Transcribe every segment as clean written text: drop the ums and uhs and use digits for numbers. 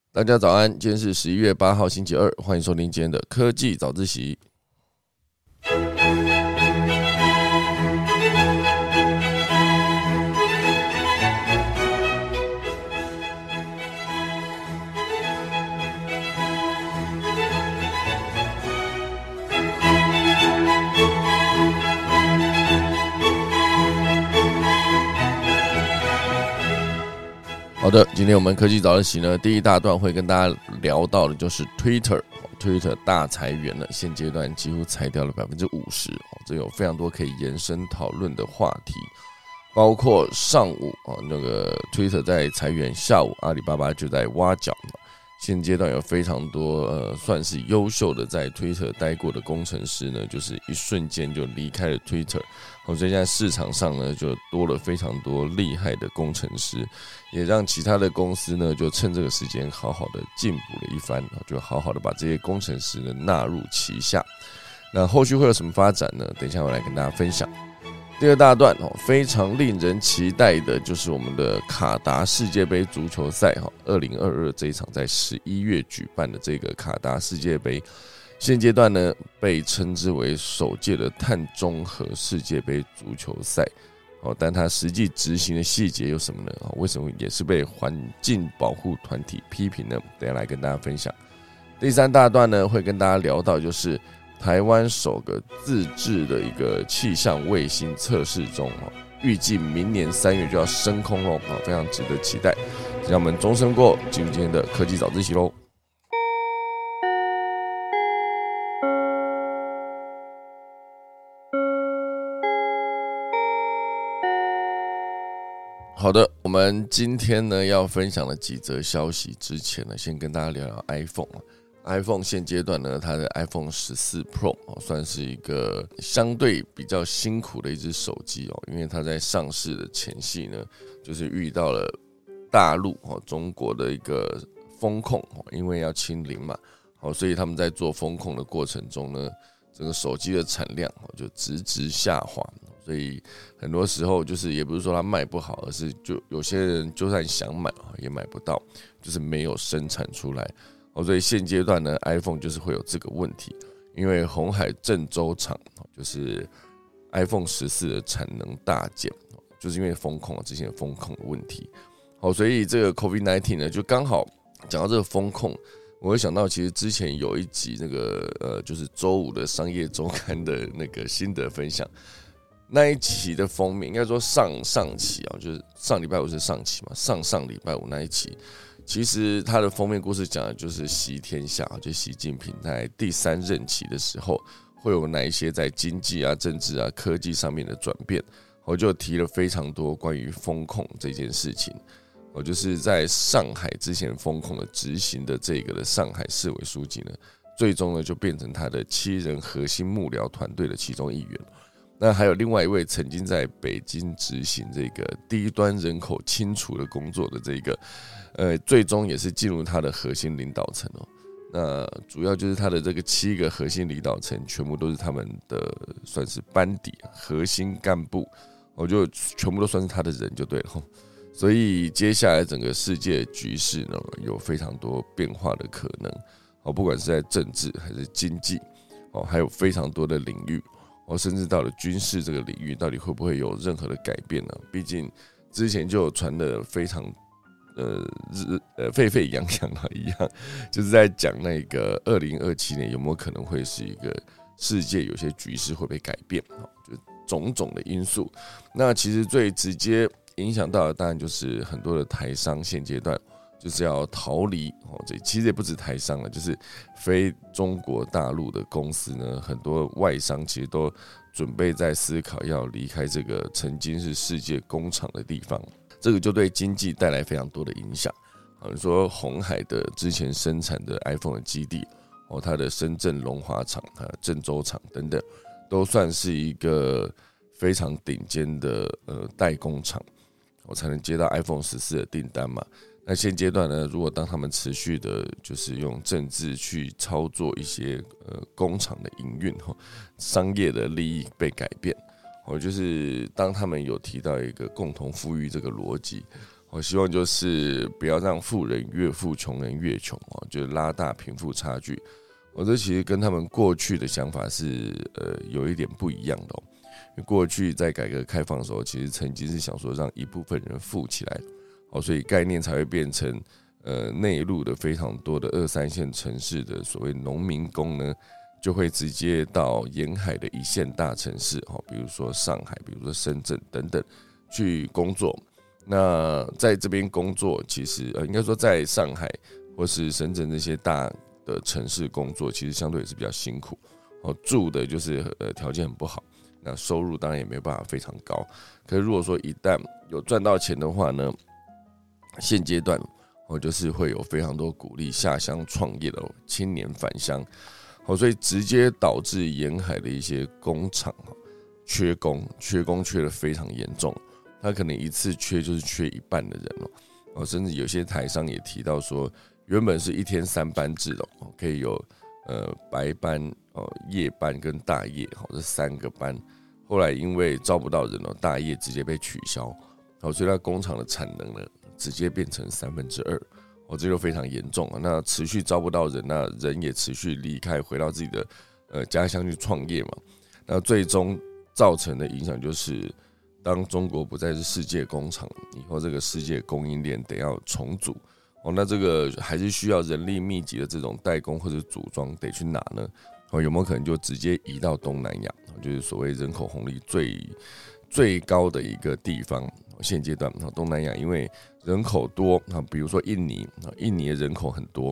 大家早安，今天是11月8号星期二，欢迎收听今天的科技早自习。好的，今天我们科技早自习呢，第一大段会跟大家聊到的就是 Twitter 大裁员了，现阶段几乎裁掉了50%，这有非常多可以延伸讨论的话题，包括上午那个 Twitter 在裁员，下午阿里巴巴就在挖角。现阶段有非常多算是优秀的在 Twitter 待过的工程师呢，就是一瞬间就离开了 Twitter， 所以现在市场上呢就多了非常多厉害的工程师，也让其他的公司呢就趁这个时间好好的进补了一番，就好好的把这些工程师呢纳入旗下。那后续会有什么发展呢？等一下我来跟大家分享。第二大段非常令人期待的就是我们的卡达世界杯足球赛2022这一场在11月举办的这个卡达世界杯，现阶段呢被称之为首届的碳中和世界杯足球赛，但它实际执行的细节有什么呢？为什么也是被环境保护团体批评呢？等一下来跟大家分享。第三大段呢会跟大家聊到就是台湾首个自制的一个气象卫星测试中，预计明年3月就要升空了，非常值得期待。让我们钟声过，进入今天的科技早自习喽。好的，我们今天呢要分享的几则消息之前呢，先跟大家聊聊 iPhone。iPhone 现阶段呢，它的 iPhone 14 Pro 算是一个相对比较辛苦的一只手机，因为它在上市的前夕呢，就是遇到了大陆中国的一个风控，因为要清零嘛，所以他们在做风控的过程中呢，这个手机的产量就直下滑，所以很多时候就是也不是说它卖不好，而是就有些人就算想买也买不到，就是没有生产出来。所以现阶段呢 ，iPhone 就是会有这个问题，因为鸿海郑州厂就是 iPhone 14的产能大减，就是因为之前的风控的问题。所以这个 COVID-19 呢，就刚好讲到这个风控，我会想到其实之前有一集那个就是周五的商业周刊的那个心得分享，那一期的封面应该说上期就是上礼拜五是上期嘛，上礼拜五那一期。其实他的封面故事讲的就是习天下，就习近平在第3任期的时候会有哪一些在经济啊、政治啊、科技上面的转变。我就提了非常多关于风控这件事情。我就是在上海之前风控的执行的这个的上海市委书记呢，最终呢就变成他的7人核心幕僚团队的其中一员。那还有另外一位曾经在北京执行这个低端人口清除的工作的这个，最终也是进入他的核心领导层。那主要就是他的这个7个核心领导层，全部都是他们的算是班底、核心干部，我就全部都算是他的人就对了。所以接下来整个世界局势呢，有非常多变化的可能，不管是在政治还是经济，还有非常多的领域。甚至到了军事这个领域，到底会不会有任何的改变呢？毕竟之前就有传的非常沸沸扬扬一样，就是在讲那个2027年有没有可能会是一个世界有些局势会被改变，就种种的因素。那其实最直接影响到的当然就是很多的台商现阶段就是要逃离，其实也不止台商了，就是非中国大陆的公司呢，很多外商其实都准备在思考要离开这个曾经是世界工厂的地方，这个就对经济带来非常多的影响。你说鸿海的之前生产的 iPhone 的基地，它的深圳龙华厂、郑州厂等等，都算是一个非常顶尖的代工厂，才能接到 iPhone 14的订单嘛。那现阶段呢，如果当他们持续的，就是用政治去操作一些工厂的营运，商业的利益被改变，就是当他们有提到一个共同富裕这个逻辑， 我希望就是不要让富人越富，穷人越穷，就是拉大贫富差距。这其实跟他们过去的想法是有一点不一样的哦。因为过去在改革开放的时候，其实曾经是想说让一部分人富起来，所以概念才会变成内陆的非常多的2、3线城市的所谓农民工呢，就会直接到沿海的1线大城市，比如说上海，比如说深圳等等去工作。那在这边工作，其实应该说在上海或是深圳这些大的城市工作，其实相对也是比较辛苦，住的就是条件很不好，那收入当然也没有办法非常高。可是如果说一旦有赚到钱的话呢，现阶段就是会有非常多鼓励下乡创业的青年返乡，所以直接导致沿海的一些工厂缺工缺得非常严重。他可能一次缺就是缺一半的人甚至有些台商也提到说，原本是1天3班制的可以有白班、夜班跟大夜这3个班，后来因为招不到人大夜直接被取消，所以它工厂的产能呢直接变成2/3，这就非常严重了。那持续招不到人，那人也持续离开，回到自己的家乡去创业嘛。那最终造成的影响就是，当中国不再是世界工厂，以后这个世界供应链得要重组，那这个还是需要人力密集的这种代工或者组装得去哪呢？有没有可能就直接移到东南亚，就是所谓人口红利最高的一个地方？现阶段东南亚因为人口多，比如说印尼的人口很多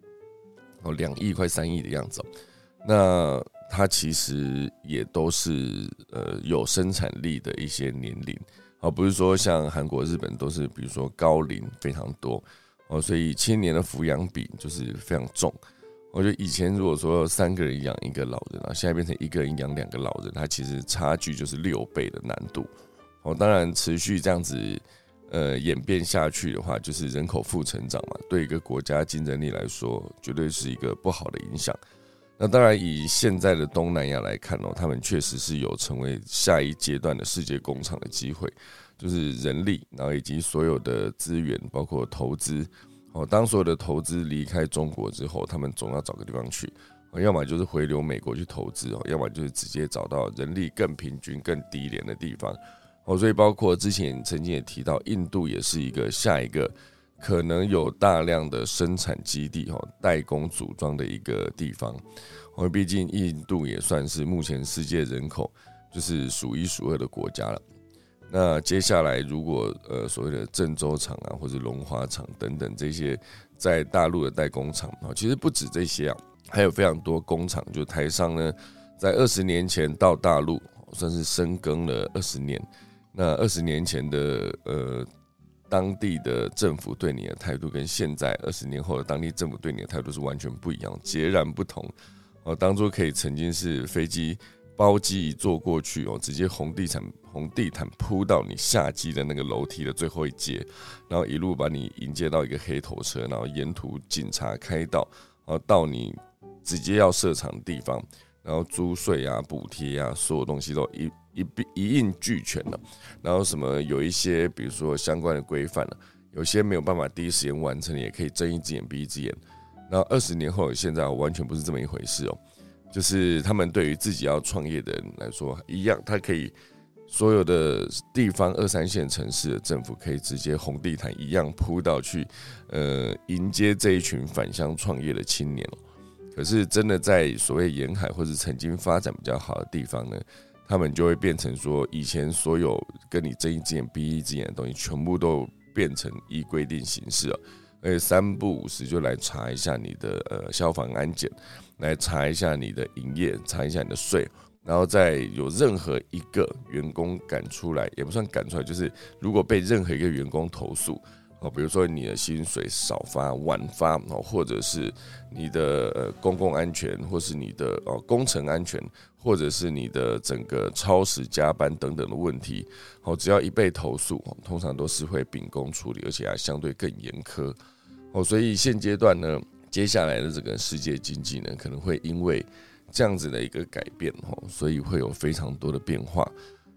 ，2亿快3亿的样子，那它其实也都是有生产力的一些年龄，不是说像韩国、日本都是比如说高龄非常多，所以青年的抚养比就是非常重。我觉得以前如果说3个人养1个老人，现在变成1个人养2个老人，它其实差距就是6倍的难度。当然持续这样子演变下去的话，就是人口负成长嘛，对一个国家竞争力来说，绝对是一个不好的影响。那当然，以现在的东南亚来看他们确实是有成为下一阶段的世界工厂的机会，就是人力，然后以及所有的资源，包括投资。当所有的投资离开中国之后，他们总要找个地方去，要么就是回流美国去投资，要么就是直接找到人力更平均、更低廉的地方。所以包括之前曾经也提到，印度也是一个下一个可能有大量的生产基地代工组装的一个地方。毕竟印度也算是目前世界人口就是数1数2的国家了。那接下来如果所谓的郑州厂或者龙华厂等等这些在大陆的代工厂，其实不止这些还有非常多工厂，就台商呢在20年前到大陆算是深耕了20年。那20年前的当地的政府对你的态度，跟现在20年后的当地政府对你的态度是完全不一样，截然不同。当初可以曾经是飞机包机一坐过去直接红地毯铺到你下机的那个楼梯的最后一阶，然后一路把你迎接到一个黑头车，然后沿途警察开道，然后到你直接要设厂的地方，然后租税补贴所有东西都一应俱全了。然后什么有一些比如说相关的规范有些没有办法第一时间完成，也可以睁一只眼闭一只眼。然后20年后的现在完全不是这么一回事就是他们对于自己要创业的人来说一样，他可以所有的地方2、3线城市的政府可以直接红地毯一样铺到去迎接这一群返乡创业的青年。可是真的在所谓沿海或者曾经发展比较好的地方呢，他们就会变成说，以前所有跟你睁一只眼闭一只眼的东西全部都变成依规定行事而且3不5时就来查一下你的消防安检，来查一下你的营业，查一下你的税，然后再有任何一个员工赶出来，也不算赶出来，就是如果被任何一个员工投诉，比如说你的薪水少发、晚发，或者是你的公共安全，或是你的工程安全，或者是你的整个超时加班等等的问题，只要一被投诉，通常都是会秉公处理，而且还相对更严苛。所以现阶段呢，接下来的这个世界经济呢，可能会因为这样子的一个改变，所以会有非常多的变化。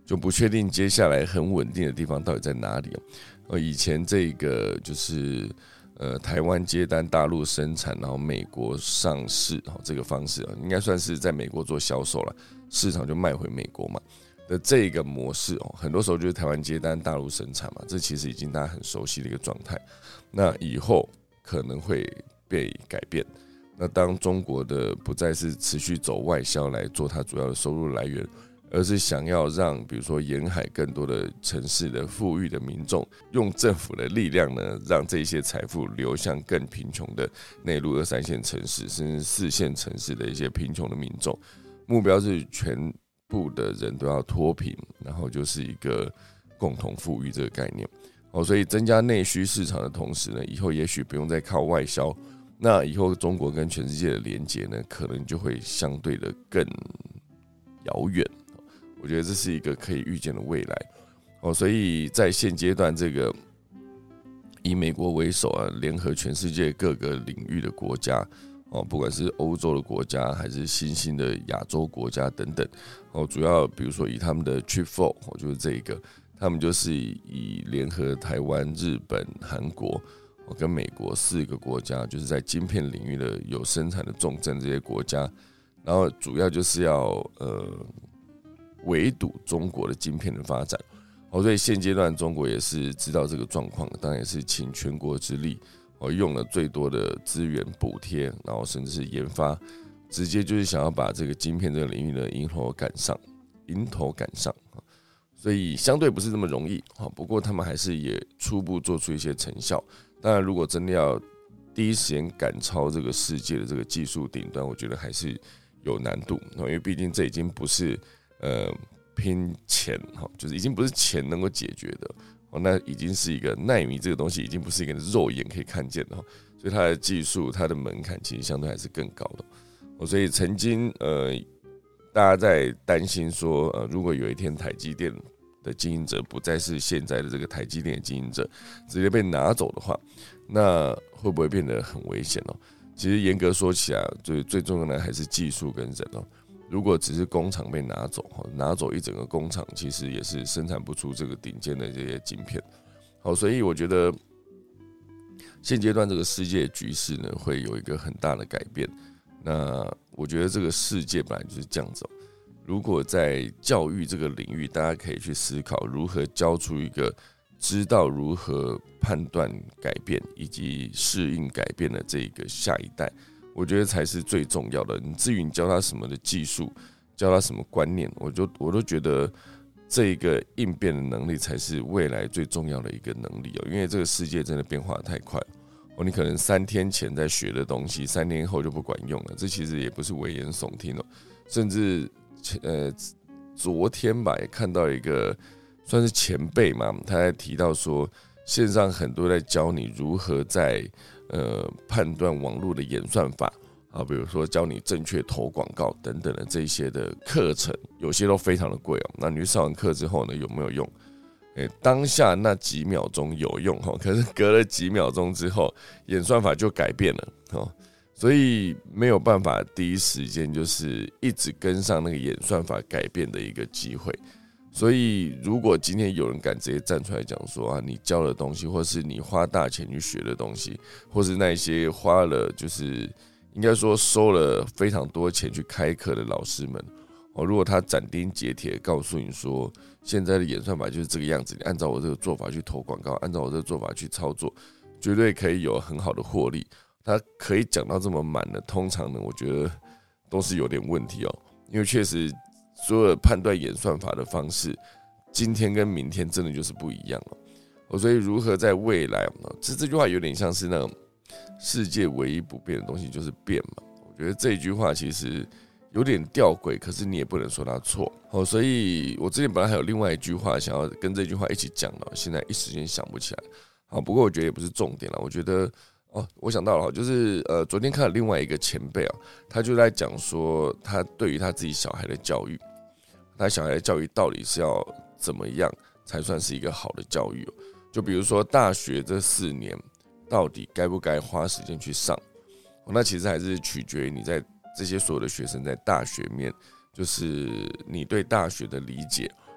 就不确定接下来很稳定的地方到底在哪里。以前这个就是台湾接单，大陆生产，然后美国上市，这个方式应该算是在美国做销售了，市场就卖回美国嘛的这个模式很多时候就是台湾接单，大陆生产嘛，这其实已经大家很熟悉的一个状态。那以后可能会被改变。那当中国的不再是持续走外销来做它主要的收入来源，而是想要让比如说沿海更多的城市的富裕的民众，用政府的力量呢，让这些财富流向更贫穷的内陆2、3线城市，甚至4线城市的一些贫穷的民众。目标是全部的人都要脱贫，然后就是一个共同富裕这个概念。所以增加内需市场的同时呢，以后也许不用再靠外销，那以后中国跟全世界的连结呢，可能就会相对的更遥远。我觉得这是一个可以预见的未来。所以在现阶段，这个以美国为首联合全世界各个领域的国家，不管是欧洲的国家还是新兴的亚洲国家等等，主要比如说以他们的 Chip 4，就是这个，他们就是以联合台湾、日本、韩国跟美国4个国家，就是在晶片领域的有生产的重镇这些国家，然后主要就是要围堵中国的晶片的发展。所以现阶段中国也是知道这个状况，当然也是倾全国之力，用了最多的资源补贴，然后甚至是研发，直接就是想要把这个晶片这个领域的迎头赶上。所以相对不是这么容易，不过他们还是也初步做出一些成效。当然，如果真的要第一时间赶超这个世界的这个技术顶端，我觉得还是有难度，因为毕竟这已经不是拼钱，就是已经不是钱能够解决的，那已经是一个奈米这个东西已经不是一个肉眼可以看见的，所以它的技术它的门槛其实相对还是更高的。所以曾经大家在担心说，如果有一天台积电的经营者不再是现在的这个台积电的经营者，直接被拿走的话，那会不会变得很危险？其实严格说起来，最重要的还是技术跟人。如果只是工厂被拿走一整个工厂，其实也是生产不出这个顶尖的这些晶片。所以我觉得现阶段这个世界局势呢，会有一个很大的改变。那我觉得这个世界本来就是这样子。如果在教育这个领域，大家可以去思考如何教出一个知道如何判断改变以及适应改变的这个下一代，我觉得才是最重要的。至于你教他什么的技术，教他什么观念，我都觉得这个应变的能力才是未来最重要的一个能力。因为这个世界真的变化太快了。你可能3天前在学的东西，3年后就不管用了，这其实也不是危言耸听。甚至昨天吧，也看到一个算是前辈嘛，他在提到说，线上很多在教你如何在判断网络的演算法啊，比如说教你正确投广告等等的这一些的课程，有些都非常的贵。那你去上完课之后呢，有没有用？当下那几秒钟有用，可是隔了几秒钟之后，演算法就改变了，所以没有办法第一时间就是一直跟上那个演算法改变的一个机会。所以如果今天有人敢直接站出来讲说你教的东西，或是你花大钱去学的东西，或是那些花了就是应该说收了非常多钱去开课的老师们，如果他斩钉截铁告诉你说，现在的演算法就是这个样子，你按照我这个做法去投广告，按照我这个做法去操作，绝对可以有很好的获利。他可以讲到这么满的，通常呢，我觉得都是有点问题因为确实所有的判断演算法的方式，今天跟明天真的就是不一样所以如何在未来，这句话有点像是那种世界唯一不变的东西就是变嘛。我觉得这一句话其实有点吊诡，可是你也不能说它错。所以我之前本来还有另外一句话想要跟这句话一起讲的，现在一时间想不起来。不过我觉得也不是重点了。我觉得我想到了，就是昨天看了另外一个前辈他就在讲说，他对于他自己小孩的教育，他小孩的教育到底是要怎么样才算是一个好的教育就比如说大学这4年，到底该不该花时间去上？那其实还是取决于你在。这些所有的学生在大学面，就是你对大学的理解，然后跟你对这个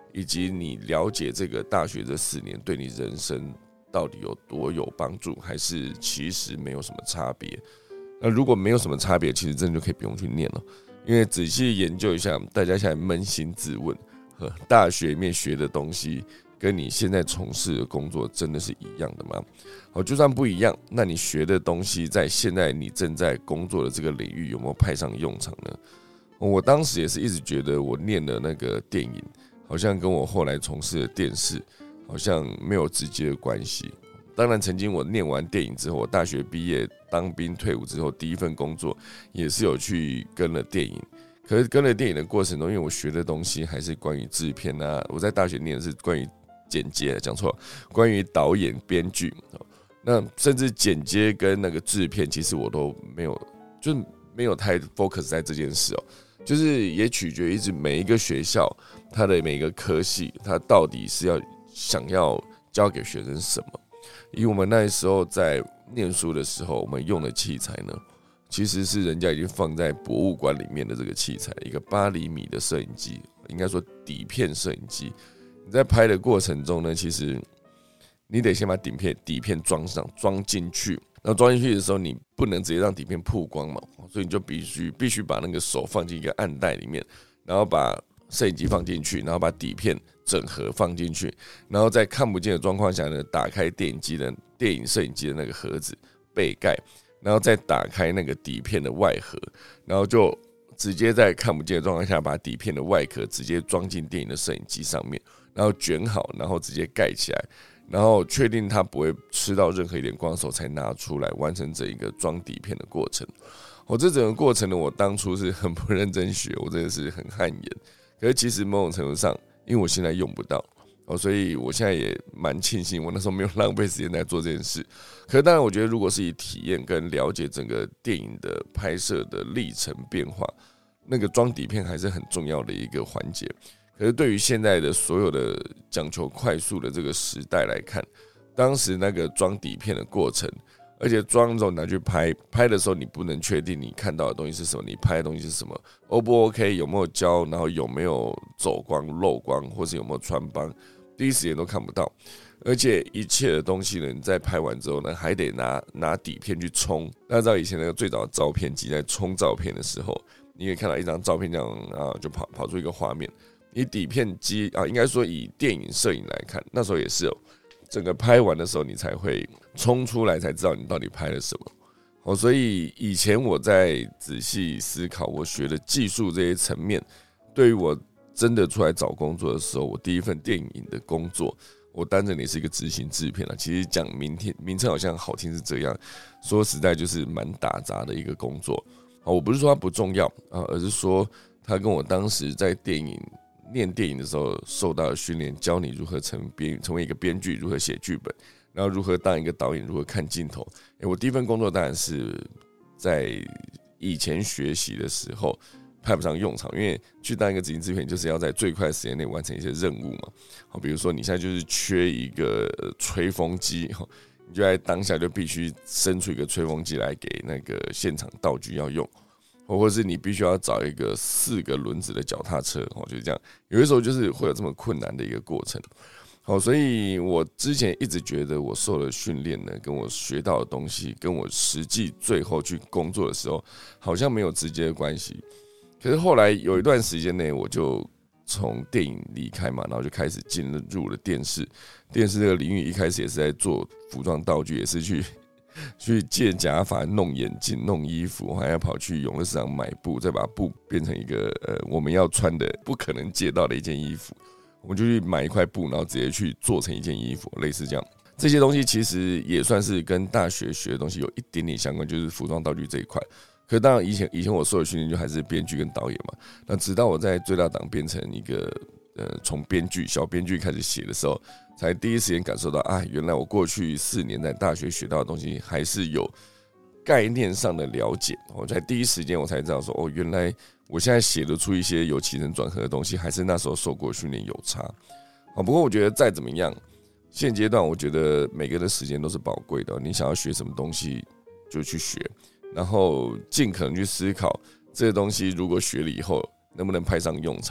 以及你了解这个大学这4年对你人生到底有多有帮助，还是其实没有什么差别。那如果没有什么差别，其实真的就可以不用去念了，因为仔细研究一下，大家现在扪心自问，大学里面学的东西跟你现在从事的工作真的是一样的吗？好，就算不一样，那你学的东西在现在你正在工作的这个领域有没有派上用场呢？我当时也是一直觉得我念的那个电影，好像跟我后来从事的电视好像没有直接的关系。当然，曾经我念完电影之后，我大学毕业、当兵、退伍之后，第一份工作也是有去跟了电影。可是跟了电影的过程中，因为我学的东西还是关于制片啊，我在大学念的是关于剪接，讲错了，关于导演、编剧。那甚至剪接跟那个制片，其实我都没有，就是没有太 focus 在这件事哦。就是也取决于每一个学校，它的每一个科系，它到底是想要教给学生什么。以我们那时候在念书的时候，我们用的器材呢，其实是人家已经放在博物馆里面的这个器材，一个8厘米的摄影机，应该说底片摄影机。你在拍的过程中呢，其实你得先把底片装进去，然后装进去的时候，你不能直接让底片曝光嘛，所以你就必须把那个手放进一个暗袋里面，然后把摄影机放进去，然后把底片整合放进去，然后在看不见的状况下呢，打开电影摄影机的那个盒子背盖，然后再打开那个底片的外盒，然后就直接在看不见的状况下把底片的外壳直接装进电影的摄影机上面，然后卷好，然后直接盖起来，然后确定它不会吃到任何一点光的时候才拿出来，完成这一个装底片的过程。这整个过程呢，我当初是很不认真学，我真的是很汗颜。可是其实某种程度上，因为我现在用不到，所以我现在也蛮庆幸我那时候没有浪费时间在做这件事。可是当然，我觉得如果是以体验跟了解整个电影的拍摄的历程变化，那个装底片还是很重要的一个环节。可是对于现在的所有的讲求快速的这个时代来看，当时那个装底片的过程，而且装之后拿去拍的时候，你不能确定你看到的东西是什么，你拍的东西是什么 ，O 不 OK， 有没有焦，然后有没有走光、漏光，或是有没有穿帮，第一时间都看不到。而且一切的东西呢，你在拍完之后呢，还得拿底片去冲。大家知道以前那个最早的照片机在冲照片的时候，你可以看到一张照片这样啊，就跑出一个画面。以底片机啊，应该说以电影摄影来看，那时候也是整个拍完的时候，你才会冲出来，才知道你到底拍了什么。所以以前我在仔细思考我学的技术这些层面，对于我真的出来找工作的时候，我第一份电影的工作，我担任的是一个执行制片了。其实讲名称好像好听是这样，说实在就是蛮打杂的一个工作。我不是说它不重要啊，而是说它跟我当时在念电影的时候受到的训练，教你如何成为一个编剧，如何写剧本，然后如何当一个导演，如何看镜头。我第一份工作当然是在以前学习的时候派不上用场，因为去当一个执行制片，就是要在最快的时间内完成一些任务嘛。比如说你现在就是缺一个吹风机，你就在当下就必须生出一个吹风机来给那个现场道具要用。或是你必须要找一个4个轮子的脚踏车，就是这样。有的时候就是会有这么困难的一个过程。所以我之前一直觉得我受的训练呢，跟我学到的东西，跟我实际最后去工作的时候，好像没有直接的关系。可是后来有一段时间内，我就从电影离开嘛，然后就开始进入了电视。电视这个领域一开始也是在做服装道具，也是去借假发、弄眼镜、弄衣服，还要跑去永乐市场买布，再把布变成一个我们要穿的不可能借到的一件衣服。我们就去买一块布，然后直接去做成一件衣服，类似这样。这些东西其实也算是跟大学学的东西有一点点相关，就是服装道具这一块。可是当然以前我受的训练就还是编剧跟导演嘛。那直到我在最大档变成一个从小编剧开始写的时候，才第一时间感受到原来我过去4年在大学学到的东西还是有概念上的了解。我在第一时间我才知道说，原来我现在写得出一些有起承转合的东西，还是那时候受过训练有差。不过我觉得再怎么样，现阶段我觉得每个人的时间都是宝贵的，你想要学什么东西就去学，然后尽可能去思考这个东西如果学了以后能不能派上用场。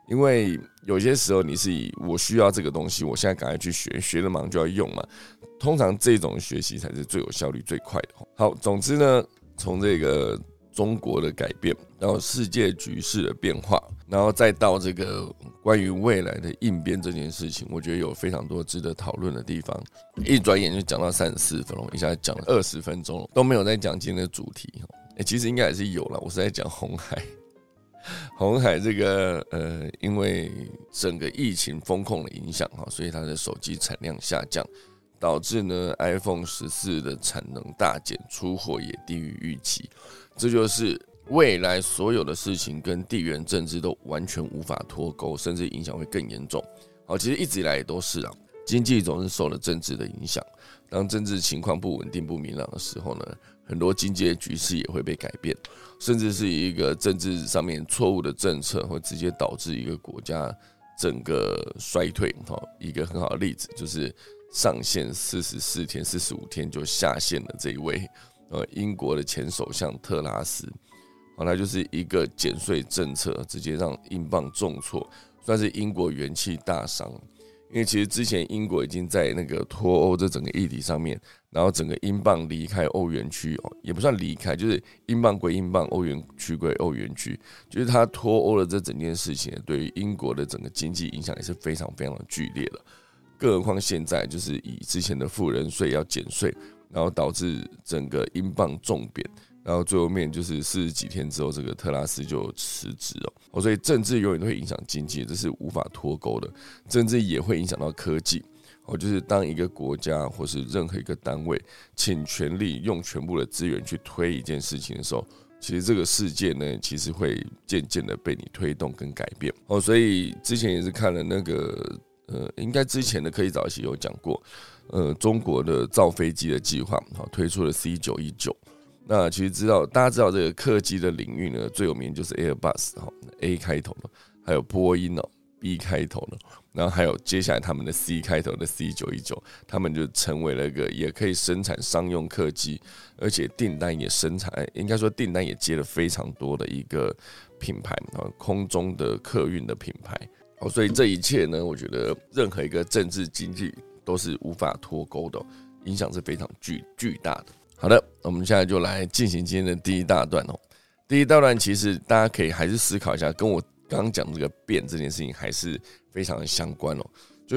因为有些时候你是以我需要这个东西，我现在赶快去学，学了马上就要用嘛。通常这种学习才是最有效率、最快的。好，总之呢，从这个中国的改变，然后世界局势的变化，然后再到这个关于未来的应变这件事情，我觉得有非常多值得讨论的地方。一转眼就讲到34分了，一下讲了20分钟了，都没有在讲今天的主题。其实应该也是有了，我是在讲鸿海。鸿海这个因为整个疫情风控的影响，所以它的手机产量下降，导致呢 iPhone 14的产能大减，出货也低于预期。这就是未来所有的事情跟地缘政治都完全无法脱钩，甚至影响会更严重。好，其实一直以来也都是啊，经济总是受了政治的影响。当政治情况不稳定、不明朗的时候呢，很多经济的局势也会被改变，甚至是一个政治上面错误的政策会直接导致一个国家整个衰退。一个很好的例子就是上线44天、45天就下线了这一位英国的前首相特拉斯。他就是一个减税政策直接让英镑重挫，算是英国元气大伤。因为其实之前英国已经在那个脱欧这整个议题上面，然后整个英镑离开欧元区，也不算离开，就是英镑归英镑，欧元区归欧元区，就是它脱欧的这整件事情对于英国的整个经济影响也是非常非常的剧烈的。更何况现在就是以之前的富人税要减税，然后导致整个英镑重贬，然后最后面就是40几天之后，这个特拉斯就辞职了。所以政治永远都会影响经济，这是无法脱钩的。政治也会影响到科技，就是当一个国家或是任何一个单位倾全力用全部的资源去推一件事情的时候，其实这个世界呢，其实会渐渐的被你推动跟改变。所以之前也是看了那个应该之前的科技早期有讲过，中国的造飞机的计划，推出了 C919。那其实大家知道这个客机的领域呢，最有名就是 Airbus A 开头的，还有波音B 开头的，然后还有接下来他们的 C 开头的 C919，他们就成为了一个也可以生产商用客机，而且订单也生产，应该说订单也接了非常多的一个品牌，空中的客运的品牌。所以这一切呢，我觉得任何一个政治经济都是无法脱钩的，影响是非常巨大的。好的，我们现在就来进行今天的第一大段。第一大段其实大家可以还是思考一下，跟我刚刚讲的这个变这件事情还是非常的相关。就是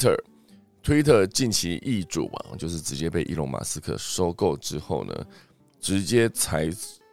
Twitter 近期易主嘛，就是直接被伊隆马斯克收购之后呢，直接裁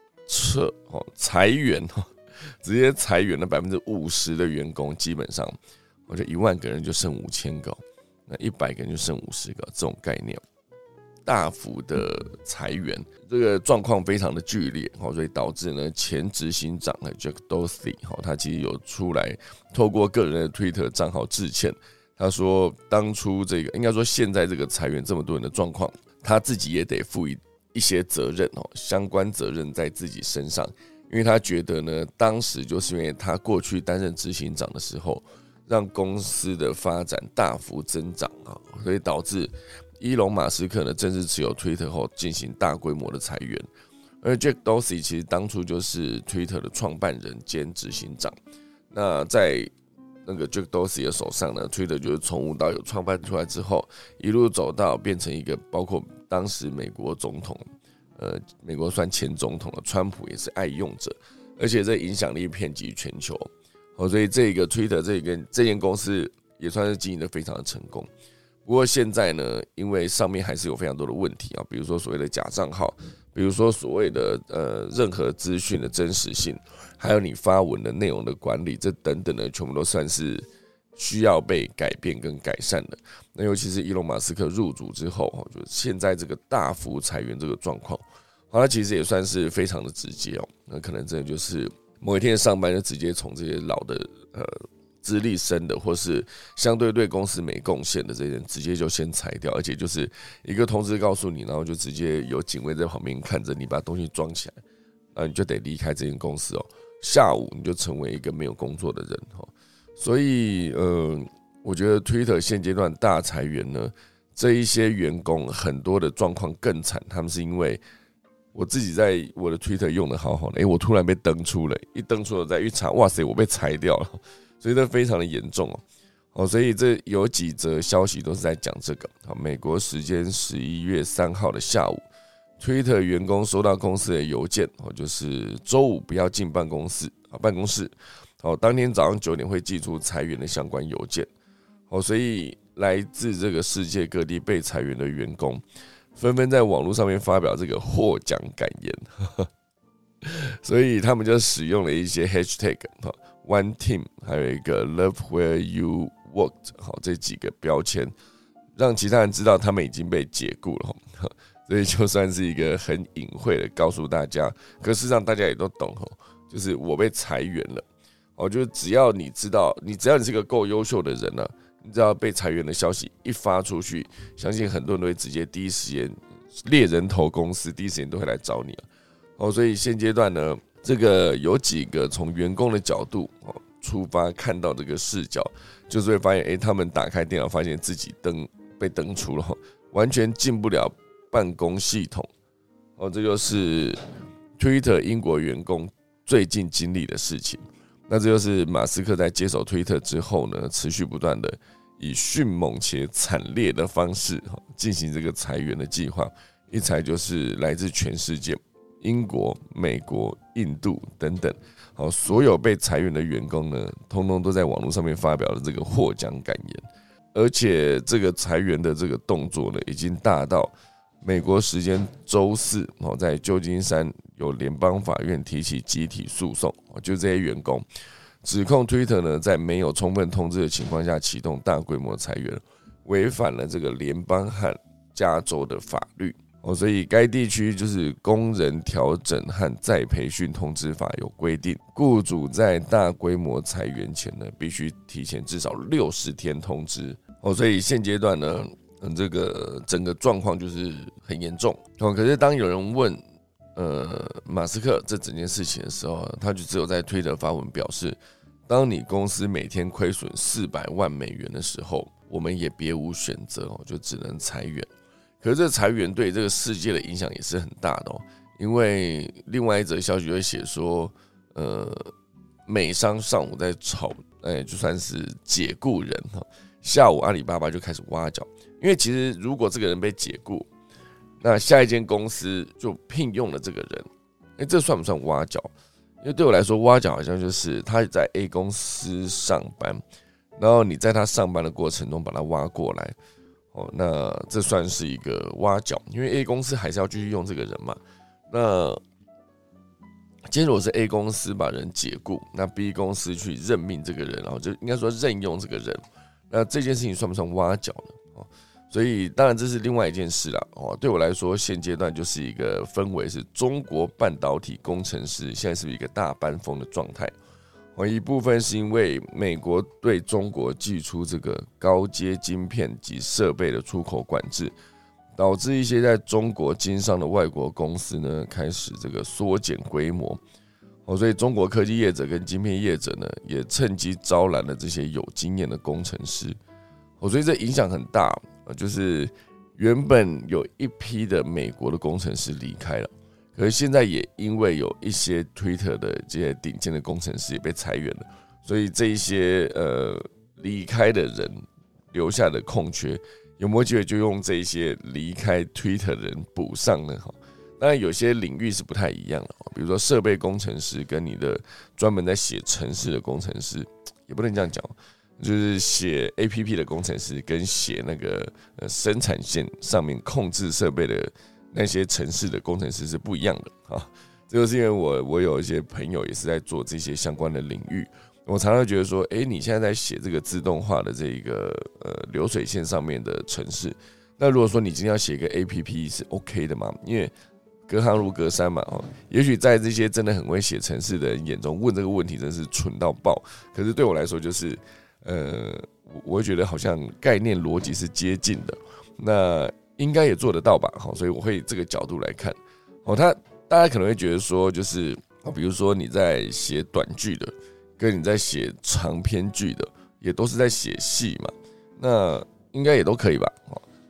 员，直接裁员了50%的员工，基本上我觉得1万个人就剩5000个，那100个人就剩50个，这种概念。大幅的裁员，这个状况非常的剧烈，所以导致呢前执行长Jack Dorsey， 他其实有出来透过个人的 Twitter 账号致歉。他说，当初这个应该说现在这个裁员这么多人的状况，他自己也得负一些责任，相关责任在自己身上，因为他觉得呢，当时就是因为他过去担任执行长的时候，让公司的发展大幅增长，所以导致伊隆马斯克呢正式持有 Twitter 后进行大规模的裁员，而 Jack Dorsey 其实当初就是 Twitter 的创办人兼执行长。那在那个 Jack Dorsey 的手上呢 ，Twitter 就是从无到有创办出来之后，一路走到变成一个包括当时美国总统，美国算前总统的川普也是爱用者，而且这影响力遍及全球。所以这个 Twitter 这间公司也算是经营的非常的成功。不过现在呢，因为上面还是有非常多的问题比如说所谓的假账号，比如说所谓的任何资讯的真实性，还有你发文的内容的管理，这等等的全部都算是需要被改变跟改善的。那尤其是伊隆马斯克入主之后，就现在这个大幅裁员这个状况，它其实也算是非常的直接那可能真的就是某一天上班就直接从这些老的资历深的，或是相对对公司没贡献的这些人，直接就先裁掉，而且就是一个通知告诉你，然后就直接有警卫在旁边看着你把东西装起来，然后你就得离开这间公司下午你就成为一个没有工作的人所以我觉得 Twitter 现阶段大裁员呢，这一些员工很多的状况更惨，他们是因为我自己在我的 Twitter 用的好好的，我突然被登出了，一登出了再一查，哇塞，我被裁掉了。 所以这非常的严重所以这有几则消息都是在讲这个。美国时间11月3号的下午，Twitter 员工收到公司的邮件，就是周五不要进办公室，当天早上9点会寄出裁员的相关邮件。所以来自这个世界各地被裁员的员工，纷纷在网络上面发表这个获奖感言，所以他们就使用了一些 hashtag。One Team， 还有一个 Love Where You Worked， 这几个标签，让其他人知道他们已经被解雇了，所以就算是一个很隐晦的告诉大家，可事实上大家也都懂，就是我被裁员了，就是只要你知道，只要你是个够优秀的人呢，你知道被裁员的消息一发出去，相信很多人都会直接第一时间猎人头公司第一时间都会来找你所以现阶段呢，这个有几个从员工的角度出发看到这个视角，就是会发现，他们打开电脑，发现自己被登出了，完全进不了办公系统。这就是 Twitter 英国员工最近经历的事情。那这就是马斯克在接手 Twitter 之后呢，持续不断的以迅猛且惨烈的方式进行这个裁员的计划，一裁就是来自全世界。英国、美国、印度等等，所有被裁员的员工呢，通通都在网络上面发表了这个获奖感言，而且这个裁员的这个动作呢，已经大到美国时间周四，在旧金山有联邦法院提起集体诉讼，就这些员工指控 Twitter 呢，在没有充分通知的情况下启动大规模裁员，违反了这个联邦和加州的法律。所以该地区就是工人调整和再培训通知法有规定，雇主在大规模裁员前呢，必须提前至少60天通知。所以现阶段呢，这个整个状况就是很严重。可是当有人问马斯克这整件事情的时候，他就只有在推特发文表示，当你公司每天亏损400万美元的时候，我们也别无选择，就只能裁员。可是这裁员对这个世界的影响也是很大的因为另外一则消息会写说，美商上午在吵，就算是解雇人，下午阿里巴巴就开始挖角，因为其实如果这个人被解雇，那下一间公司就聘用了这个人，这算不算挖角？因为对我来说，挖角好像就是他在 A 公司上班，然后你在他上班的过程中把他挖过来。那这算是一个挖角，因为 A 公司还是要继续用这个人嘛。那今天如果是 A 公司把人解雇，那 B 公司去任命这个人，然后就应该说任用这个人，那这件事情算不算挖角呢？所以当然这是另外一件事啦。对我来说，现阶段就是一个氛围是中国半导体工程师现在是一个大班风的状态。一部分是因为美国对中国祭出这个高阶晶片及设备的出口管制，导致一些在中国经商的外国公司呢开始这个缩减规模，所以中国科技业者跟晶片业者呢也趁机招揽了这些有经验的工程师，所以这影响很大，就是原本有一批的美国的工程师离开了。可是现在也因为有一些 Twitter 的这些顶尖的工程师也被裁员了，所以这一些离开的人留下的空缺，有没有机会就用这一些离开 Twitter 的人补上呢？当然有些领域是不太一样的，比如说设备工程师跟你的专门在写程式的工程师，也不能这样讲，就是写 APP 的工程师跟写那个生产线上面控制设备的那些程式的工程师是不一样的这就是因为我有一些朋友也是在做这些相关的领域，我常常觉得说，你现在在写这个自动化的这个流水线上面的程式，那如果说你今天要写一个 APP 是 OK 的嘛？因为隔行如隔山嘛，也许在这些真的很会写程式的人眼中，问这个问题真是蠢到爆。可是对我来说，就是我会觉得好像概念逻辑是接近的，那应该也做得到吧？所以我会这个角度来看。大家可能会觉得说，就是比如说你在写短句的，跟你在写长篇句的，也都是在写戏嘛，那应该也都可以吧？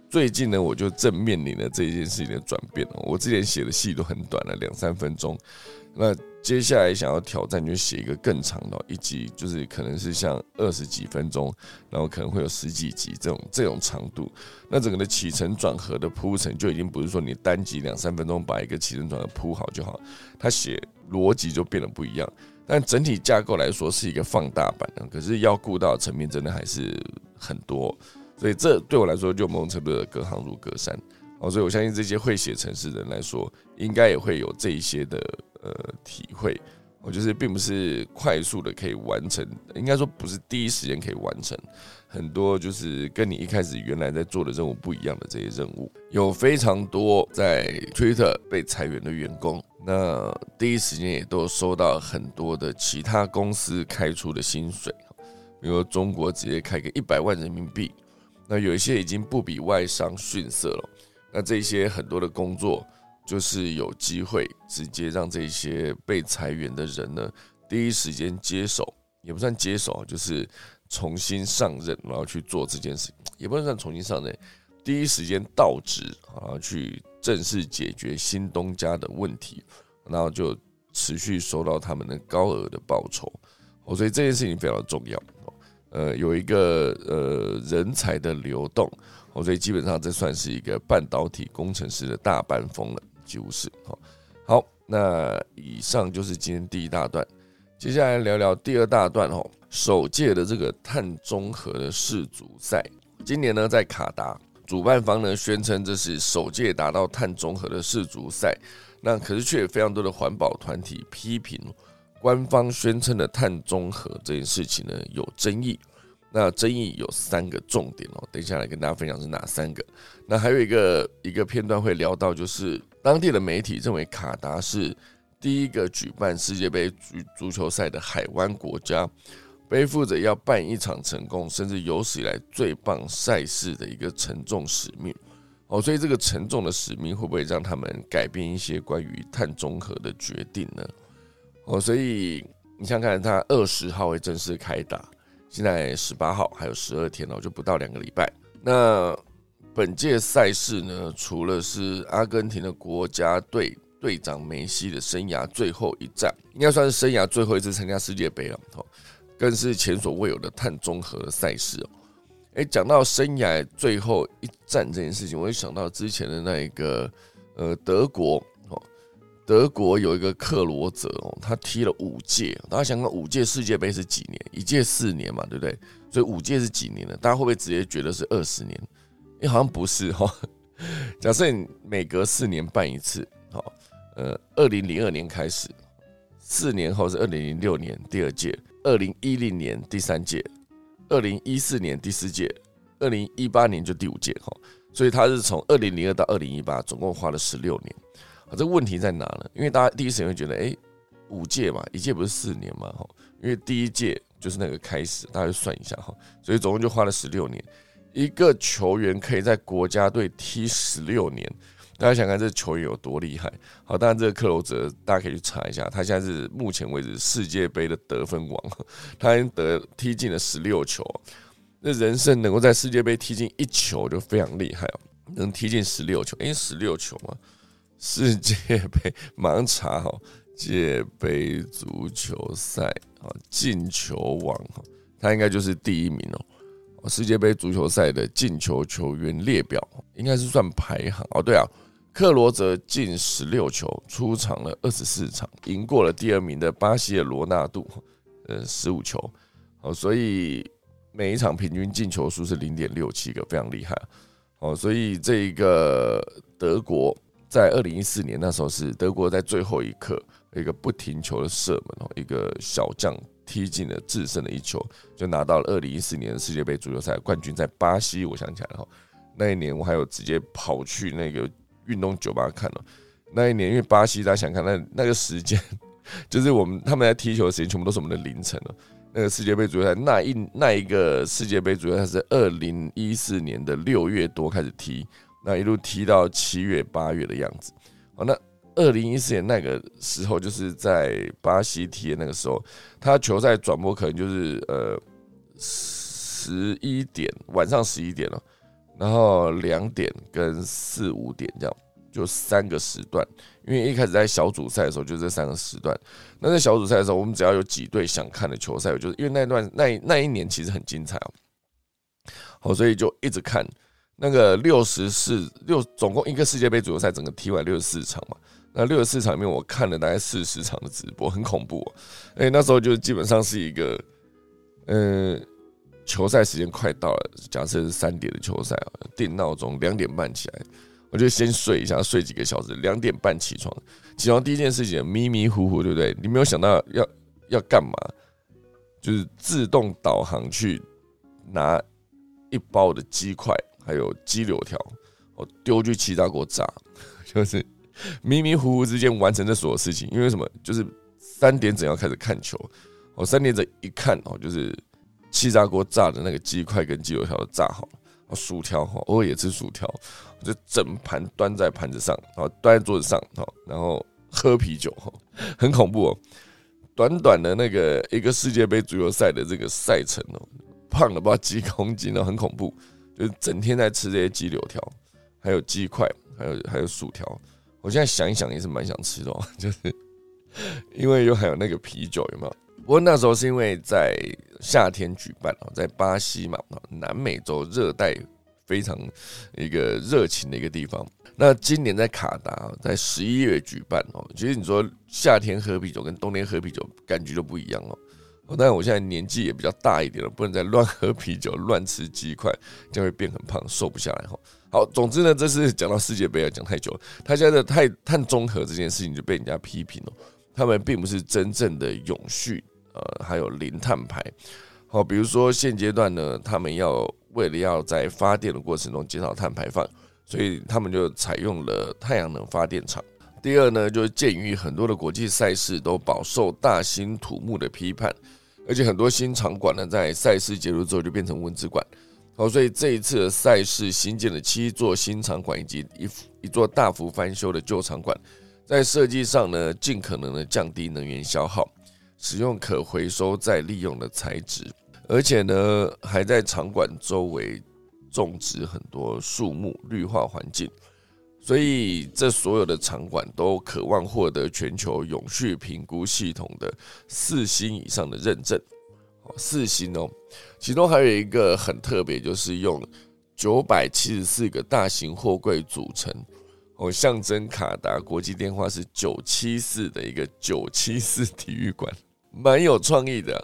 最近呢，我就正面临了这一件事情的转变。我之前写的戏都很短了，2-3分钟。那接下来想要挑战，就写一个更长的一集，就是可能是像20几分钟，然后可能会有10几集这种长度。那整个的起承转合的铺陈，就已经不是说你单集2-3分钟把一个起承转合铺好就好，它写逻辑就变得不一样。但整体架构来说是一个放大版的，可是要顾到的层面真的还是很多，所以这对我来说就某种程度的隔行如隔山。所以我相信这些会写程式的人来说，应该也会有这一些的体会。就是并不是快速的可以完成，应该说不是第一时间可以完成，很多就是跟你一开始原来在做的任务不一样的这些任务，有非常多在 Twitter 被裁员的员工，那第一时间也都收到很多的其他公司开出的薪水，比如说中国直接开个100万人民币，那有一些已经不比外商逊色了，那这些很多的工作就是有机会直接让这些被裁员的人呢，第一时间接手，也不算接手，就是重新上任，然后去做这件事，也不能算重新上任，第一时间到职，然后去正式解决新东家的问题，然后就持续收到他们的高额的报酬，所以这件事情非常重要。有一个人才的流动，所以基本上这算是一个半导体工程师的大班风了。几乎是好，那以上就是今天第一大段，接下来聊聊第二大段首届的这个碳中和的世足赛。今年呢，在卡达，主办方呢宣称这是首届达到碳中和的世足赛，那可是却有非常多的环保团体批评官方宣称的碳中和这件事情呢有争议。那争议有3个重点等一下来跟大家分享是哪3个。那还有一个片段会聊到，就是当地的媒体认为卡达是第一个举办世界杯足球赛的海湾国家，背负着要办一场成功甚至有史以来最棒赛事的一个沉重使命。所以这个沉重的使命会不会让他们改变一些关于碳中和的决定呢？所以你想看他20号会正式开打，现在18号还有12天就不到2个礼拜。那本届赛事呢，除了是阿根廷的国家队队长梅西的生涯最后一战，应该算是生涯最后一次参加世界杯了，更是前所未有的碳中和的赛事。讲到生涯最后一战这件事情，我就想到之前的那一个德国有一个克罗泽他踢了5届，大家想想5届世界杯是几年？1届4年嘛，对不对？所以5届是几年呢？大家会不会直接觉得是20年？好像不是假设你每隔4年办一次，2002年开始，4年后是2006年第2届，2010年第3届，2014年第4届，2018年就第5届，所以他是从2002到2018，总共花了16年。这个问题在哪呢？因为大家第一时间会觉得，5届嘛，1届不是4年嘛，因为第1届就是那个开始，大家就算一下，所以总共就花了16年。一个球员可以在国家队踢16年，大家想看这球员有多厉害。好，当然这个克罗泽大家可以去查一下，他现在是目前为止世界杯的得分王，他已经踢进了16球，那人生能够在世界杯踢进1球就非常厉害能踢进16球，16球吗？世界杯马上查界杯足球赛进球王，他应该就是第1名世界杯足球赛的进球球员列表应该是算排行对啊，克罗泽进16球，出场了24场，赢过了第2名的巴西的罗纳度15球，所以每一场平均进球数是 0.67 个，非常厉害所以这个德国在2014年那时候是德国在最后一刻一个不停球的射门，一个小将踢进了制胜的1球，就拿到了2014年的世界杯足球赛冠军，在巴西。我想起来了，那一年我还有直接跑去那个运动酒吧看那一年因为巴西大家想看那个时间，就是他们在踢球的时间全部都是我们的凌晨那个世界杯足球赛那一个世界杯足球赛是2014年的6月多开始踢，那一路踢到7月8月的样子。那2014年那个时候，就是在巴西踢的那个时候，他球赛转播可能就是11点，晚上11点然后2点跟4、5点这样，就3个时段。因为一开始在小组赛的时候就这3个时段。那在小组赛的时候，我们只要有几队想看的球赛，就是因为那一年其实很精彩好，所以就一直看那个总共一个世界杯足球赛整个踢完64场嘛。那64场里面，我看了大概40场的直播，很恐怖那时候就基本上是一个球赛时间快到了，假设是3点的球赛定闹钟2点半起来，我就先睡一下，睡几个小时，2点半起床。起床第一件事情迷迷糊糊，对不对？你没有想到要干嘛，就是自动导航去拿1包的鸡块，还有鸡柳条，丢去气炸锅炸，就是迷迷糊糊之间完成这所有事情。因为什么？就是3点整要开始看球，3点整一看就是气炸锅炸的那个鸡块跟鸡柳条都炸好了，薯条偶尔也吃薯条，我就整盘端在盘子上，端在桌子上，然后喝啤酒，很恐怖短短的那个一个世界杯足球赛的这个赛程胖了不知道几公斤很恐怖，就是整天在吃这些鸡柳条，还有鸡块，还有薯条。我现在想一想也是蛮想吃的就是因为还有那个啤酒有没有？不过那时候是因为在夏天举办在巴西嘛，南美洲热带非常一个热情的一个地方。那今年在卡达，在11月举办其实你说夏天喝啤酒跟冬天喝啤酒感觉就不一样当然我现在年纪也比较大一点了，不能再乱喝啤酒、乱吃鸡块，这样会变很胖，瘦不下来好，总之呢，这是讲到世界杯讲太久了。他现在的碳中和这件事情就被人家批评他们并不是真正的永续，还有零碳排。好，比如说现阶段呢，他们为了要在发电的过程中减少碳排放，所以他们就采用了太阳能发电厂。第二呢，就是鉴于很多的国际赛事都饱受大兴土木的批判，而且很多新场馆呢，在赛事结束之后就变成文资馆。所以这一次的赛事新建了7座新场馆以及一座大幅翻修的旧场馆，在设计上呢，尽可能的降低能源消耗，使用可回收再利用的材质，而且呢，还在场馆周围种植很多树木，绿化环境。所以这所有的场馆都渴望获得全球永续评估系统的4星以上的认证，4星其中还有一个很特别，就是用974个大型货柜组成象征卡达国际电话是974的一个974体育馆，蛮有创意的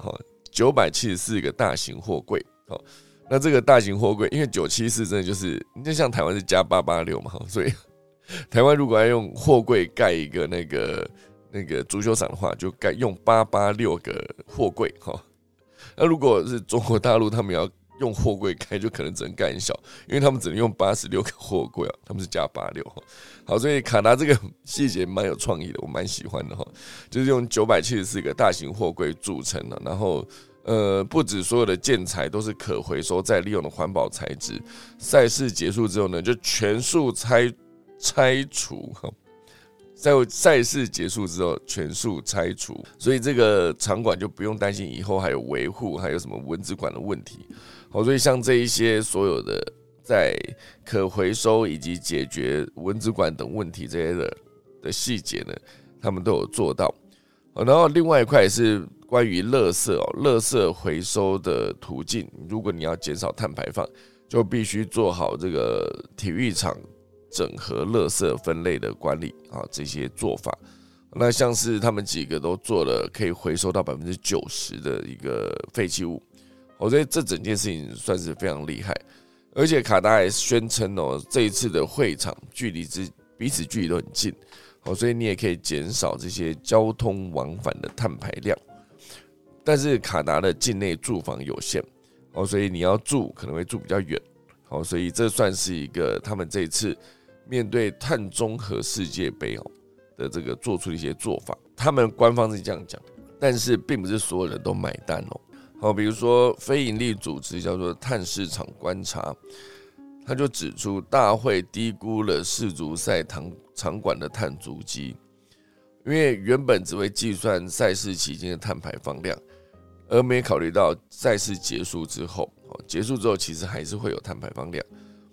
974个大型货柜那这个大型货柜，因为974真的就像台湾是加886嘛，所以台湾如果要用货柜盖一个那个足球场的话，就盖用886个货柜那如果是中国大陆，他们要用货柜盖，就可能只能盖很小，因为他们只能用86个货柜他们是加86好，所以卡达这个细节蛮有创意的，我蛮喜欢的就是用974个大型货柜组成的，然后不止所有的建材都是可回收再利用的环保材质。赛事结束之后呢，就全数拆除在赛事结束之后全数拆除，所以这个场馆就不用担心以后还有维护，还有什么文资馆的问题。好，所以像这一些所有的在可回收以及解决文资馆等问题这些的细节呢，他们都有做到。然后另外一块也是关于垃圾回收的途径，如果你要减少碳排放，就必须做好这个体育场整合垃圾分类的管理这些做法。那像是他们几个都做了可以回收到90%的一个废弃物，所以这整件事情算是非常厉害。而且卡达也宣称这一次的会场彼此距离都很近，所以你也可以减少这些交通往返的碳排量。但是卡达的境内住房有限，所以你要住可能会住比较远，所以这算是一个他们这一次面对碳中和世界杯的这个做出的一些做法。他们官方是这样讲，但是并不是所有人都买单比如说非营利组织叫做碳市场观察，他就指出大会低估了世足赛场馆的碳足迹，因为原本只会计算赛事期间的碳排放量，而没考虑到赛事结束之后其实还是会有碳排放量。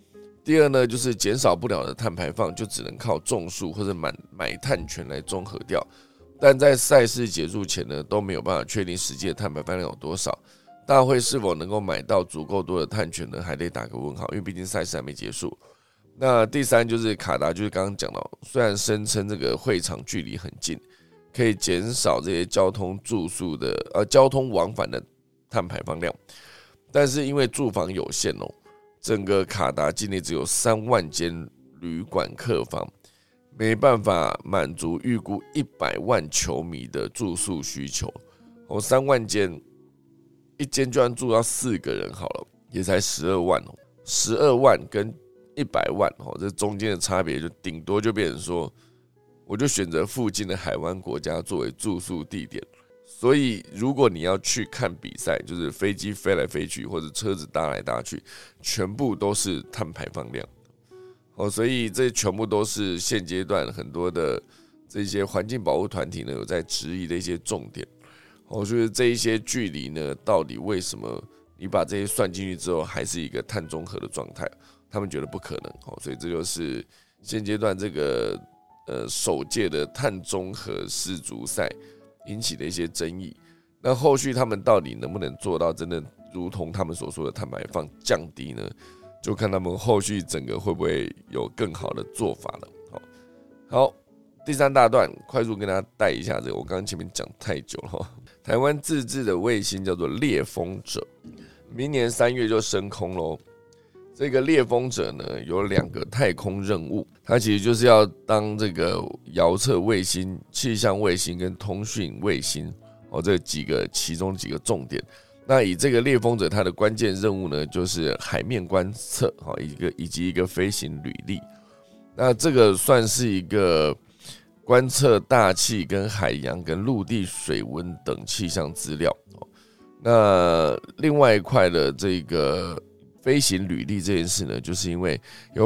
第二呢，就是减少不了的碳排放，就只能靠种树或者买碳权来中和掉。但在赛事结束前呢，都没有办法确定实际的碳排放量有多少。大会是否能够买到足够多的碳权呢？还得打个问号，因为毕竟赛事还没结束。那第三就是卡达，就是刚刚讲到，虽然声称这个会场距离很近，可以减少这些交通往返的碳排放量，但是因为住房有限哦，整个卡达境内只有3万间旅馆客房，没办法满足预估100万球迷的住宿需求。3万间，一间就算住到4个人好了，也才12万哦，12万跟100万哦，这中间的差别就顶多就变成说，我就选择附近的海湾国家作为住宿地点。所以如果你要去看比赛，就是飞机飞来飞去或者车子搭来搭去，全部都是碳排放量。所以这全部都是现阶段很多的这些环境保护团体呢有在质疑的一些重点。就是这一些距离呢，到底为什么你把这些算进去之后，还是一个碳中和的状态？他们觉得不可能，所以这就是现阶段这个首届的碳中和世足赛引起的一些争议。那后续他们到底能不能做到真的如同他们所说的碳排放降低呢？就看他们后续整个会不会有更好的做法了。好，第3大段快速跟大家带一下这个，我刚刚前面讲太久了。台湾自制的卫星叫做猎风者，明年3月就升空咯。这个猎风者呢有2个太空任务，它其实就是要当这个遥测卫星、气象卫星跟通讯卫星这其中几个重点。那以这个猎风者，它的关键任务呢，就是海面观测以及一个飞行履历。那这个算是一个观测大气跟海洋跟陆地水温等气象资料。那另外一块的这个飞行履历这件事呢，就是因为有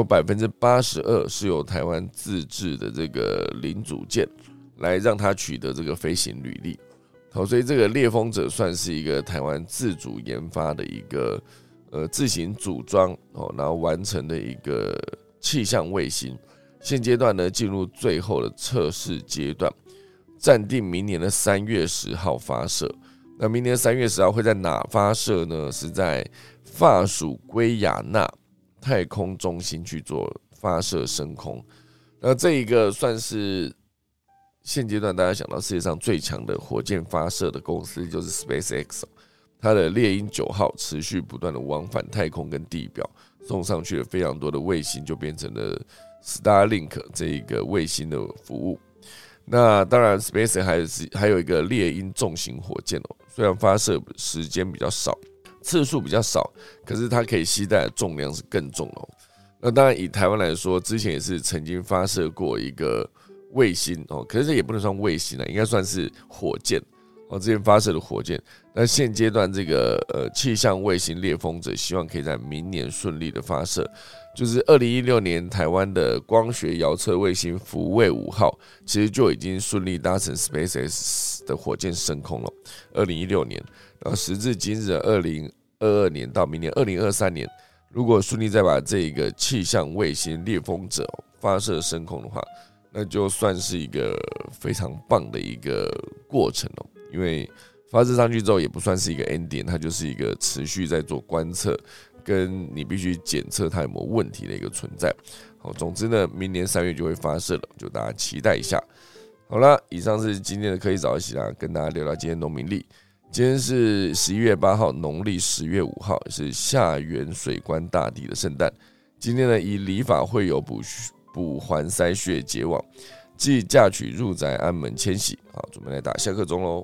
82%是由台湾自制的这个零组件来让它取得这个飞行履历。所以这个猎风者算是一个台湾自主研发的一个自行组装然后完成的一个气象卫星。现阶段呢进入最后的测试阶段，暂定明年的3月10号发射。那明年3月10号会在哪发射呢？是在法属圭亚那太空中心去做发射升空。那这一个算是现阶段大家想到世界上最强的火箭发射的公司，就是 SpaceX。它的猎鹰9号持续不断的往返太空跟地表，送上去了非常多的卫星，就变成了 Starlink 这一个卫星的服务。那当然 SpaceX 还有一个猎鹰重型火箭虽然发射时间比较少，次数比较少，可是它可以携带的重量是更重的。那当然以台湾来说，之前也是曾经发射过一个卫星可是这也不能算卫星应该算是火箭之前发射的火箭。那现阶段这个气象卫星猎风者希望可以在明年顺利的发射，就是2016年台湾的光学遥测卫星福卫5号，其实就已经顺利搭乘 SpaceX 的火箭升空了。2016年，然后时至今日2022年到明年2023年，如果顺利再把这个气象卫星猎风者发射升空的话，那就算是一个非常棒的一个过程因为发射上去之后也不算是一个 ending， 它就是一个持续在做观测，跟你必须检测它有没有问题的一个存在。好，总之呢，明年3月就会发射了，就大家期待一下。好了，以上是今天的科技早一起啦，跟大家聊聊今天农民历。今天是11月8号，农历10月5号，也是下元水官大帝的圣诞。今天呢，以礼法会友补还塞穴结网，即嫁娶入宅安门迁徙。好，准备来打下课钟喽。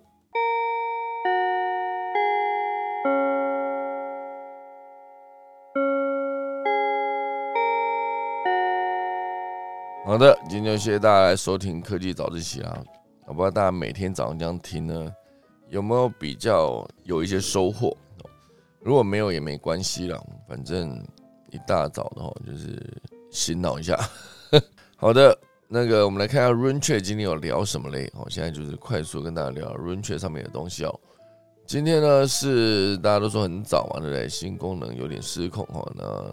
好的，今天就谢谢大家来收听科技早自习啦。不知道大家每天早上这样听呢，有没有比较有一些收获？如果没有也没关系啦，反正一大早的就是醒脑一下。好的，那个我们来看一下 RunChat 今天有聊什么嘞？现在就是快速跟大家聊 RunChat 上面的东西今天呢是大家都说很早嘛，对不对？新功能有点失控那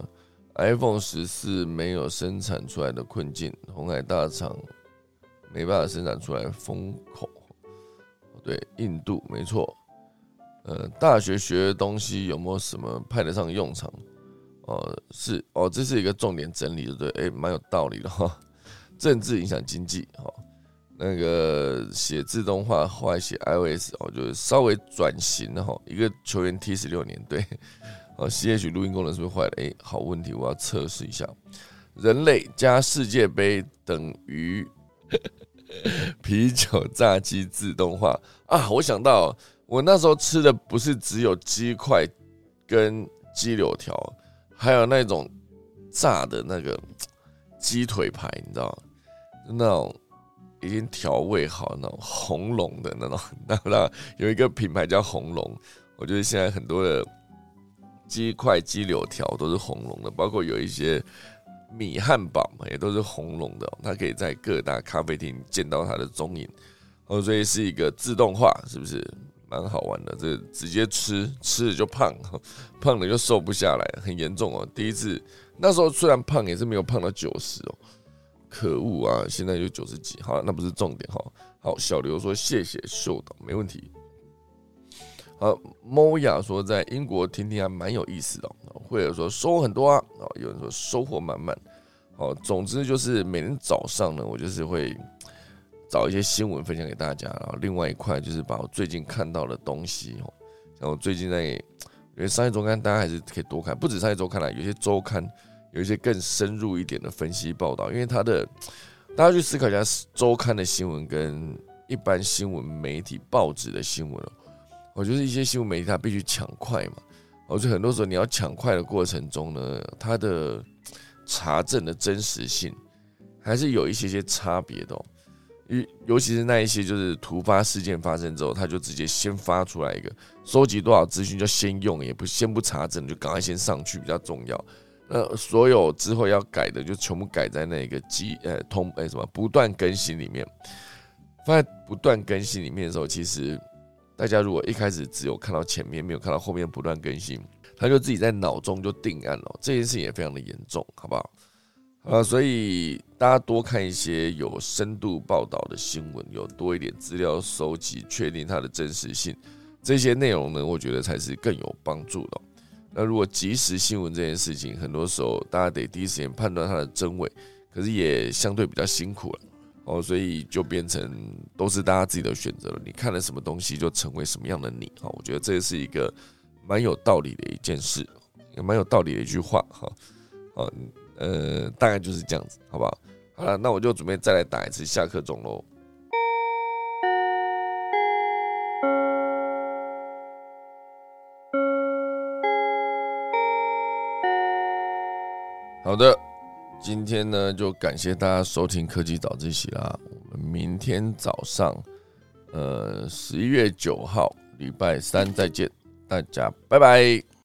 iPhone 14没有生产出来的困境，鸿海大厂没办法生产出来封口。对，印度没错。大学学的东西有没有什么派得上用场？是哦，这是一个重点整理，对不对？蛮有道理的哈。政治影响经济，那个写自动化，后来写 iOS，就是稍微转型哈。一个球员踢16年，对。CH 录音功能是不是坏了？好问题，我要测试一下。人类加世界杯等于啤酒炸鸡自动化啊！我想到，我那时候吃的不是只有鸡块跟鸡柳条，还有那种炸的那个鸡腿排，你知道吗？那种已经调味好那种红龙的那种，有一个品牌叫红龙，我觉得现在很多的鸡块、鸡柳条都是红龙的，包括有一些米汉堡也都是红龙的，它可以在各大咖啡厅见到它的踪影，所以是一个自动化，是不是蛮好玩的？这直接吃了就胖，胖了就瘦不下来，很严重哦。第一次那时候虽然胖，也是没有胖到90哦，可恶啊！现在就90几，好，那不是重点哈。好，小刘说谢谢秀导，没问题。好，Moya 说在英国听听还蛮有意思的，或者说收获很多啊，有人说收获满满。好，总之就是每天早上呢，我就是会找一些新闻分享给大家，然后另外一块就是把我最近看到的东西，像我最近在，因为商业周刊大家还是可以多看，不止商业周刊啦，有些周刊有一些更深入一点的分析报道，因为大家去思考一下周刊的新闻跟一般新闻媒体报纸的新闻。我觉得一些新闻媒体它必须抢快嘛，所以很多时候你要抢快的过程中呢，它的查证的真实性还是有一些差别的尤其是那一些就是突发事件发生之后，他就直接先发出来一个，收集多少资讯就先用，也先不查证，就赶快先上去比较重要。所有之后要改的就全部改在那个不断更新里面。放在不断更新里面的时候，其实大家如果一开始只有看到前面，没有看到后面不断更新，他就自己在脑中就定案了。这件事情也非常的严重，好不好？所以大家多看一些有深度报道的新闻，有多一点资料收集，确定它的真实性，这些内容呢，我觉得才是更有帮助的。那如果即时新闻这件事情，很多时候大家得第一时间判断它的真伪，可是也相对比较辛苦了。所以就变成都是大家自己的选择了。你看了什么东西，就成为什么样的你。我觉得这是一个蛮有道理的一件事，也蛮有道理的一句话。大概就是这样子，好不好？好了，那我就准备再来打一次下课钟喽。好的。今天呢，就感谢大家收听科技早自习啦。我们明天早上，11月9号礼拜3再见，大家拜拜。